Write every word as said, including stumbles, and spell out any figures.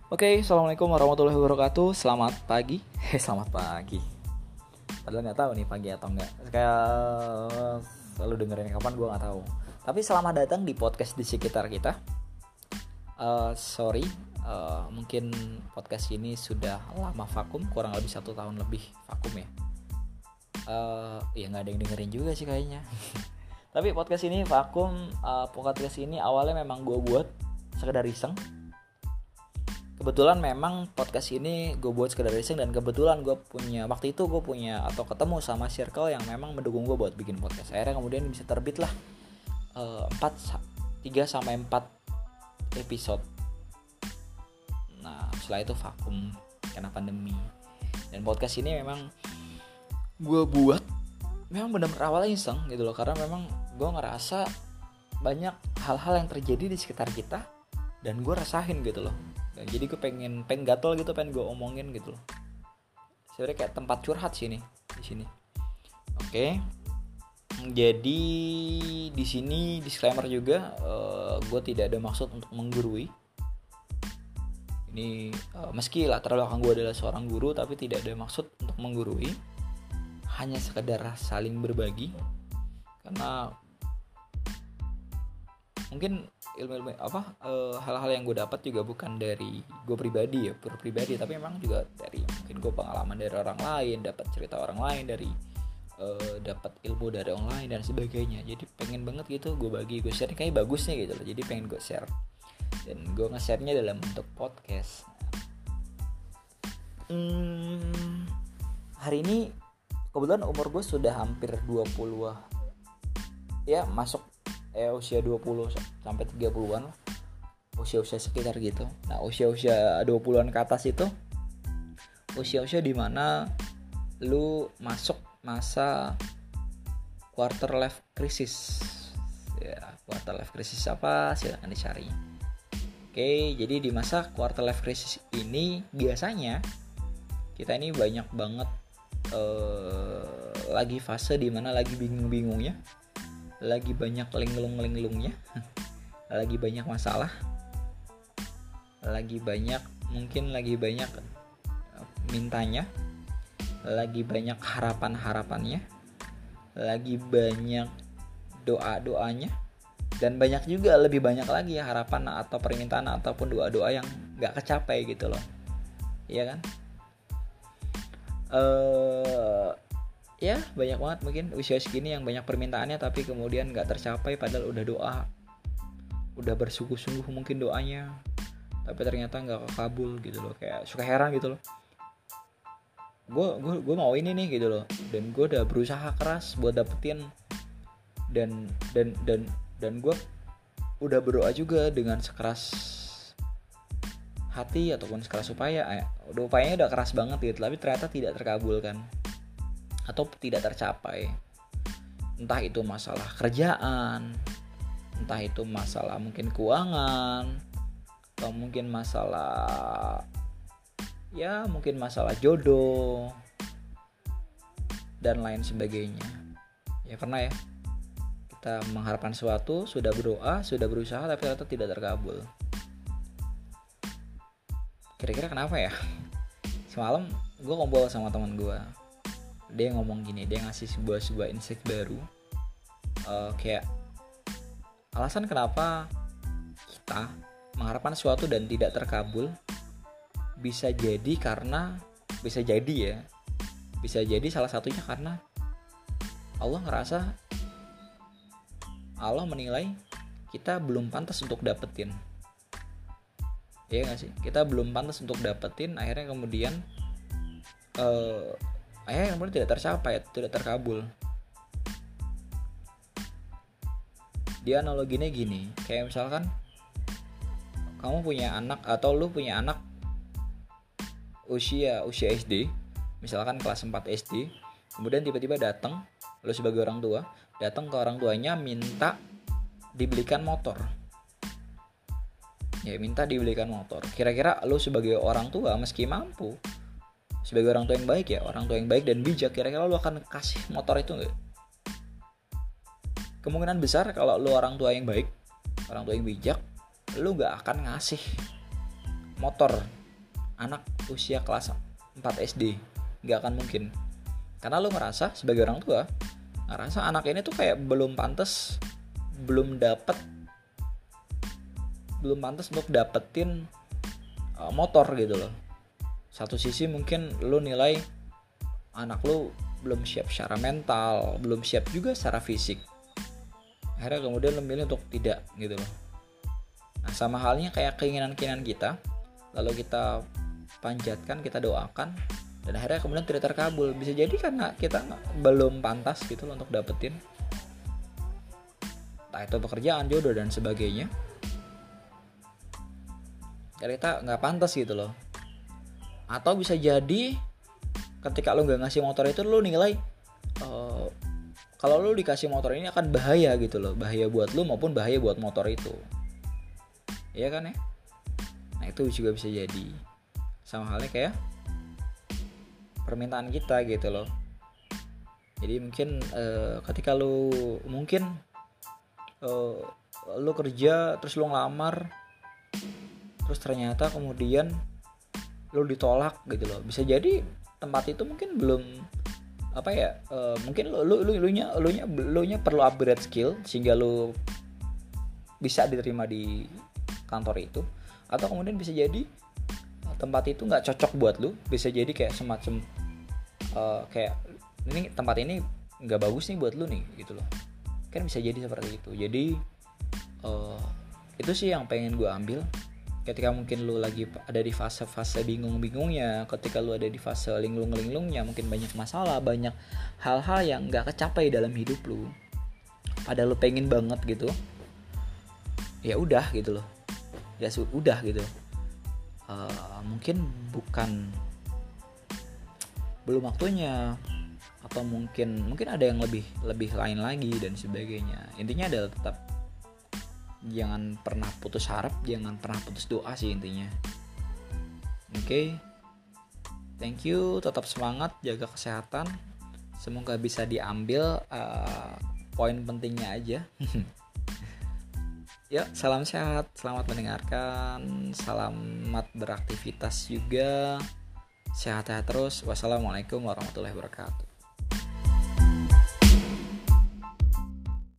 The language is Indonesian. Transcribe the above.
Oke, assalamualaikum warahmatullahi wabarakatuh. Selamat pagi. Heh, selamat pagi. Padahal nggak tahu nih pagi atau enggak. Kayak selalu dengerin kapan gue nggak tahu. Tapi selamat datang di podcast di sekitar kita. Uh, sorry, uh, mungkin podcast ini sudah lama vakum, kurang lebih satu tahun lebih vakum ya. Uh, ya nggak ada yang dengerin juga sih kayaknya. Tapi podcast ini vakum. Uh, podcast ini awalnya memang gue buat sekedar iseng. Kebetulan memang podcast ini gue buat sekedar iseng dan kebetulan gue punya waktu itu gue punya atau ketemu sama circle yang memang mendukung gue buat bikin podcast. Akhirnya kemudian bisa terbit lah uh, tiga sampai empat episode. Nah, setelah itu vakum karena pandemi. Dan podcast ini memang gue buat memang benar-benar awalnya iseng gitu loh, karena memang gue ngerasa banyak hal-hal yang terjadi di sekitar kita dan gue rasain gitu loh. Jadi gue pengen pengen gatel gitu, pengen gue omongin gitu loh. Sebenarnya kayak tempat curhat sih nih di sini. Oke. Jadi di sini disclaimer juga, uh, gue tidak ada maksud untuk menggurui. Ini uh, meski latar belakang gue adalah seorang guru, tapi tidak ada maksud untuk menggurui. Hanya sekedar saling berbagi. Karena mungkin ilmu-ilmu apa uh, hal-hal yang gue dapat juga bukan dari gue pribadi ya per pribadi tapi memang juga dari mungkin gue pengalaman dari orang lain, dapat cerita orang lain, dari uh, dapat ilmu dari orang lain dan sebagainya. Jadi pengen banget gitu gue bagi, gue share kayak bagus nih gitu loh. Jadi pengen gue share dan gue nge-share-nya dalam bentuk podcast. Hmm, hari ini kebetulan umur gue sudah hampir dua puluh ya, masuk eh usia dua puluh sampai tiga puluhan lah. Usia-usia sekitar gitu. Nah, usia-usia dua puluhan ke atas itu usia-usia di mana lu masuk masa quarter life crisis. Ya, quarter life crisis apa? Silakan dicari. Oke, jadi di masa quarter life crisis ini biasanya kita ini banyak banget eh, lagi fase di mana lagi bingung-bingungnya, lagi banyak linglung-linglungnya, lagi banyak masalah, lagi banyak mungkin lagi banyak mintanya, lagi banyak harapan-harapannya, lagi banyak doa-doanya, dan banyak juga lebih banyak lagi ya harapan atau permintaan ataupun doa-doa yang nggak kecapai gitu loh, iya kan? Eh Ya banyak banget mungkin usia segini yang banyak permintaannya tapi kemudian gak tercapai, padahal udah doa, udah bersungguh-sungguh mungkin doanya, tapi ternyata gak kekabul gitu loh. Kayak suka heran gitu loh, gue gue gue mau ini nih gitu loh, dan gue udah berusaha keras buat dapetin, dan dan dan dan gue udah berdoa juga dengan sekeras hati ataupun sekeras upaya, eh, udah upayanya udah keras banget gitu, tapi ternyata tidak terkabulkan atau tidak tercapai. Entah itu masalah kerjaan, entah itu masalah mungkin keuangan, atau mungkin masalah ya mungkin masalah jodoh dan lain sebagainya. Ya karena ya kita mengharapkan sesuatu, sudah berdoa, sudah berusaha tapi ternyata tidak terkabul. Kira-kira kenapa ya? Semalam gue ngobrol sama teman gue, dia ngomong gini, dia ngasih sebuah sebuah insight baru, uh, kayak alasan kenapa kita mengharapkan sesuatu dan tidak terkabul bisa jadi karena bisa jadi ya bisa jadi salah satunya karena Allah ngerasa, Allah menilai kita belum pantas untuk dapetin, ya nggak sih? Kita belum pantas untuk dapetin, akhirnya kemudian uh, akhirnya kemudian tidak tercapai, tidak terkabul. Dia analoginya gini, kayak misalkan kamu punya anak atau lu punya anak usia usia S D, misalkan kelas empat S D, kemudian tiba-tiba datang, lu sebagai orang tua datang ke orang tuanya minta dibelikan motor. Ya minta dibelikan motor. Kira-kira lu sebagai orang tua meski mampu, sebagai orang tua yang baik ya, orang tua yang baik dan bijak, kira-kira lu akan kasih motor itu enggak? Kemungkinan besar kalau lu orang tua yang baik, orang tua yang bijak, lu gak akan ngasih motor anak usia kelas empat S D. Nggak akan mungkin. Karena lo ngerasa sebagai orang tua, ngerasa anak ini tuh kayak belum pantas, belum dapet belum pantas untuk dapetin uh, motor gitu loh. Satu sisi mungkin lo nilai anak lo belum siap secara mental, belum siap juga secara fisik. Akhirnya kemudian lo milih untuk tidak gitu loh. Nah sama halnya kayak keinginan-keinginan kita, lalu kita panjatkan, kita doakan, dan akhirnya kemudian tidak terkabul. Bisa jadi karena kita belum pantas gitu loh untuk dapetin, entah itu pekerjaan, jodoh, dan sebagainya. Jadi kita nggak pantas gitu loh. Atau bisa jadi ketika lo nggak ngasih motor itu, lo nilai uh, kalau lo dikasih motor ini akan bahaya gitu loh, bahaya buat lo maupun bahaya buat motor itu. Iya kan ya? Nah itu juga bisa jadi. Sama halnya kayak permintaan kita gitu loh. Jadi mungkin uh, ketika lo mungkin uh, lo kerja terus lo ngelamar, terus ternyata kemudian lo ditolak gitu loh. Bisa jadi tempat itu mungkin belum apa ya, uh, mungkin lo lo lo lo nya lo nya lo nya perlu upgrade skill sehingga lo bisa diterima di kantor itu. Atau kemudian bisa jadi tempat itu nggak cocok buat lo. Bisa jadi kayak semacam uh, kayak ini tempat ini nggak bagus nih buat lo nih gitu loh. Kan bisa jadi seperti itu. Jadi uh, itu sih yang pengen gue ambil. Ketika mungkin lu lagi ada di fase-fase bingung-bingungnya, ketika lu ada di fase linglung-linglungnya, mungkin banyak masalah, banyak hal-hal yang gak kecapai dalam hidup lu, padahal lu pengen banget gitu, ya udah gitu loh, ya udah gitu. Uh, mungkin bukan belum waktunya, atau mungkin mungkin ada yang lebih lebih lain lagi dan sebagainya. Intinya adalah tetap jangan pernah putus harap, jangan pernah putus doa sih intinya. Oke, okay. Thank you, tetap semangat, jaga kesehatan. Semoga bisa diambil uh, poin pentingnya aja. Yuk, salam sehat, selamat mendengarkan, selamat beraktivitas juga, sehat-sehat terus. Wassalamualaikum warahmatullahi wabarakatuh.